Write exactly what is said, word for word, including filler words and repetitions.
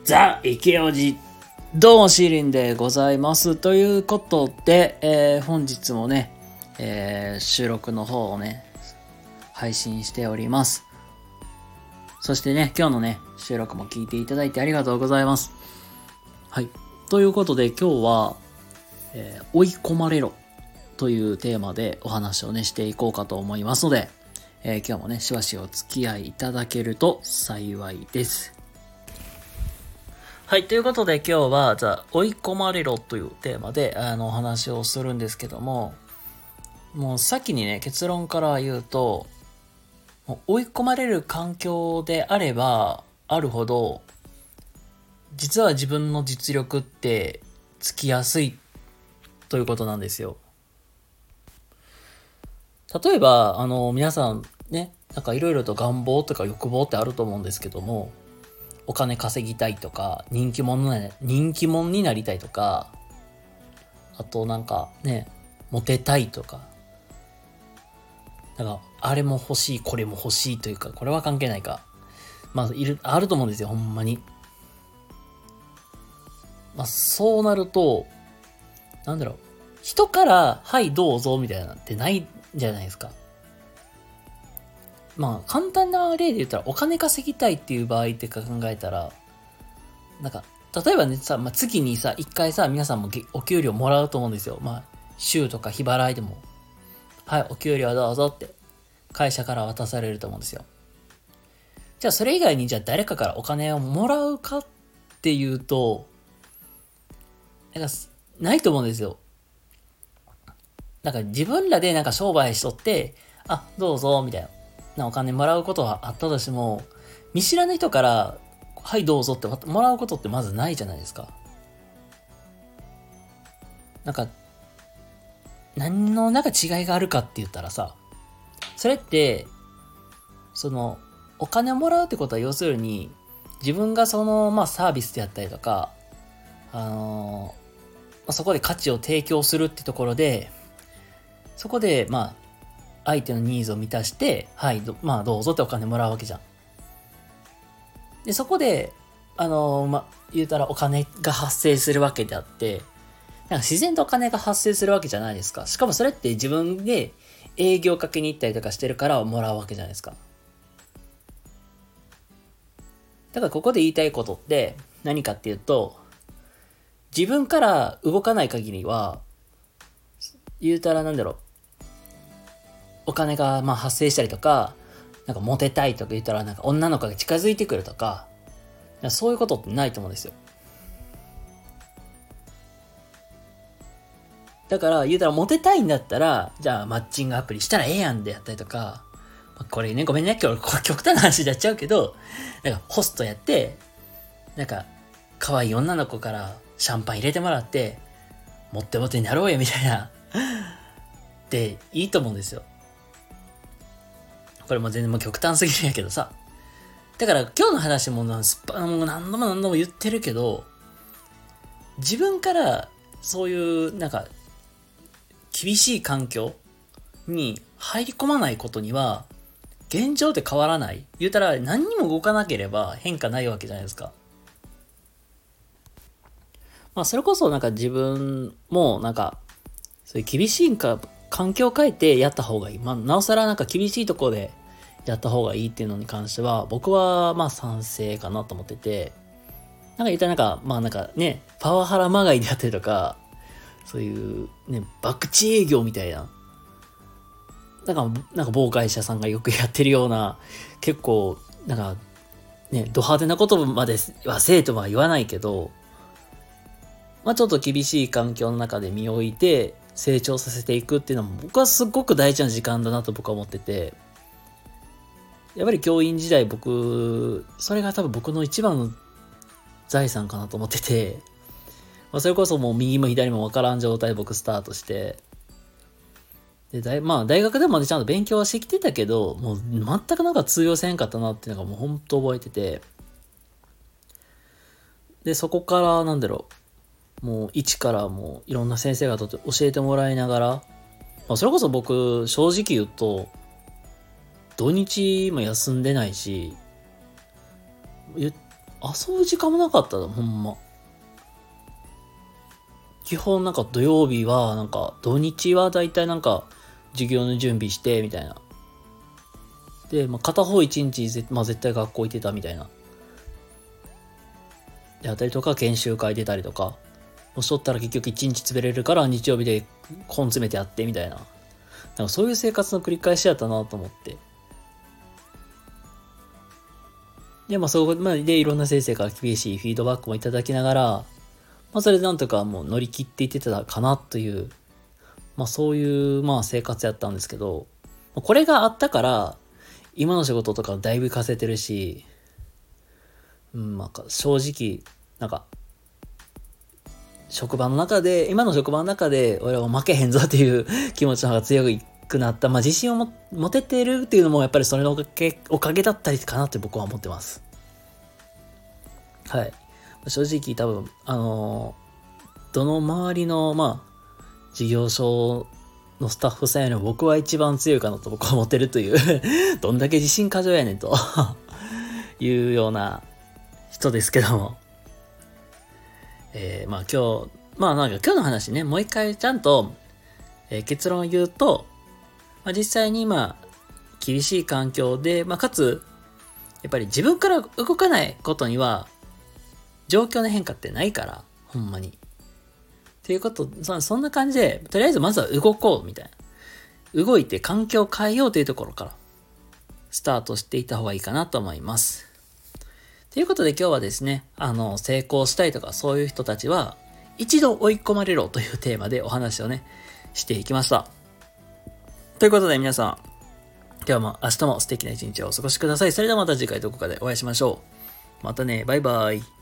ザ・イケオジ。どうもシーリンでございます。ということで、えー、本日もね、えー、収録の方をね、配信しております。そしてね、今日のね、収録も聞いていただいてありがとうございます。はい。ということで今日は、えー、追い込まれろというテーマでお話をね、していこうかと思いますので、えー、今日もね、しばしお付き合いいただけると幸いです。はい。ということで今日は、じゃあ、追い込まれろというテーマで、あの、お話をするんですけども、もう先にね、結論から言うと、もう追い込まれる環境であれば、あるほど、実は自分の実力ってつきやすいということなんですよ。例えば、あの、皆さんね、なんかいろいろと願望とか欲望ってあると思うんですけども、お金稼ぎたいとか、人気者な、人気者になりたいとか、あとなんかね、モテたいとか、なんか、あれも欲しい、これも欲しいというか、これは関係ないか。まあ、いる、あると思うんですよ、ほんまに。まあ、そうなると、なんだろう、人から、はい、どうぞ、みたいなってないんじゃないですか。まあ、簡単な例で言ったら、お金稼ぎたいっていう場合って考えたら、なんか、例えばね、さ、まあ、月にさ、一回さ、皆さんもお給料もらうと思うんですよ。まあ、週とか日払いでも。はい、お給料どうぞって、会社から渡されると思うんですよ。じゃあ、それ以外に、じゃあ誰かからお金をもらうかっていうと、なんか、ないと思うんですよ。なんか自分らでなんか商売しとって、あ、どうぞ、みたいな。なお金もらうことはあったとしても、見知らぬ人から、はい、どうぞってもらうことってまずないじゃないですか。なんか、何のなんか違いがあるかって言ったらさ、それって、その、お金をもらうってことは要するに、自分がその、まあサービスであったりとか、あのー、そこで価値を提供するってところで、そこで、まあ、相手のニーズを満たして、はい、まあどうぞってお金もらうわけじゃん。で、そこで、あのー、まあ、言うたらお金が発生するわけであって、なんか自然とお金が発生するわけじゃないですか。しかもそれって自分で営業かけに行ったりとかしてるからもらうわけじゃないですか。だからここで言いたいことって何かっていうと、自分から動かない限りは、言うたらなんだろう、お金がまあ発生したりとか、なんかモテたいとか言ったらなんか女の子が近づいてくるとか、そういうことってないと思うんですよ。だから言うたらモテたいんだったら、じゃあマッチングアプリしたらええやんでやったりとか、これね、ごめんね、今日極端な話になっちゃうけど、なんかホストやって、なんか可愛い女の子からシャンパン入れてもらって、モテモテになろうよみたいな、でいいと思うんですよ。これも全然もう極端すぎるんやけどさ。だから今日の話も何度も何度も言ってるけど、自分からそういうなんか厳しい環境に入り込まないことには現状って変わらない。言うたら何にも動かなければ変化ないわけじゃないですか。まあそれこそなんか自分もなんかそういう厳しいか環境を変えてやった方がいい。まあなおさらなんか厳しいところでやった方がいいっていうのに関しては僕はまあ賛成かなと思ってて、なんか言ったらなんかまあなんかねパワハラまがいであったりとか、そういうね博打営業みたいな、なんかなんか某会社さんがよくやってるような、結構なんかねド派手なことまでは生徒は言わないけど、まあちょっと厳しい環境の中で身を置いて成長させていくっていうのも僕はすごく大事な時間だなと僕は思ってて、やっぱり教員時代僕それが多分僕の一番の財産かなと思ってて、まあ、それこそもう右も左も分からん状態で僕スタートして、で大まあ大学でもねちゃんと勉強はしてきてたけど、もう全くなんか通用せんかったなっていうのがもう本当覚えてて、でそこからなんだろう、もう一からもういろんな先生方と教えてもらいながら、まあ、それこそ僕正直言うと土日も休んでないし、 遊ぶ時間もなかったの、ほんま。基本なんか土曜日は、なんか土日はだいたいなんか授業の準備して、みたいな。で、まあ、片方一日ぜ、まあ、絶対学校行ってたみたいな。であったりとか、研修会出たりとか。もしとったら結局一日潰れるから日曜日で本詰めてやってみたいな。なんかそういう生活の繰り返しやったなと思って。で、まあそこまででいろんな先生から厳しいフィードバックもいただきながら、まあそれでなんとかもう乗り切っていってたかなという、まあそういうまあ生活やったんですけど、これがあったから、今の仕事とかだいぶ稼いでるし、うん、まあ正直、なんか、職場の中で、今の職場の中で、俺は負けへんぞっていう気持ちの方が強くなった。まあ自信をも持ててるっていうのもやっぱりそれのおかげ、おかげだったりかなって僕は思ってます。はい。正直多分、あのー、どの周りの、まあ、事業所のスタッフさんよりも僕は一番強いかなと僕は思ってるというどんだけ自信過剰やねんというような人ですけども。えー、まあ今日、まあなんか今日の話ね、もう一回ちゃんと、えー、結論を言うと、まあ、実際に今、厳しい環境で、まあかつ、やっぱり自分から動かないことには、状況の変化ってないから、ほんまに。っていうこと、そそんな感じで、とりあえずまずは動こうみたいな。動いて環境を変えようというところから、スタートしていった方がいいかなと思います。ということで今日はですね、あの、成功したいとかそういう人たちは、一度追い込まれろというテーマでお話をね、していきました。ということで皆さん、今日も明日も素敵な一日をお過ごしください。それではまた次回どこかでお会いしましょう。またね、バイバイ。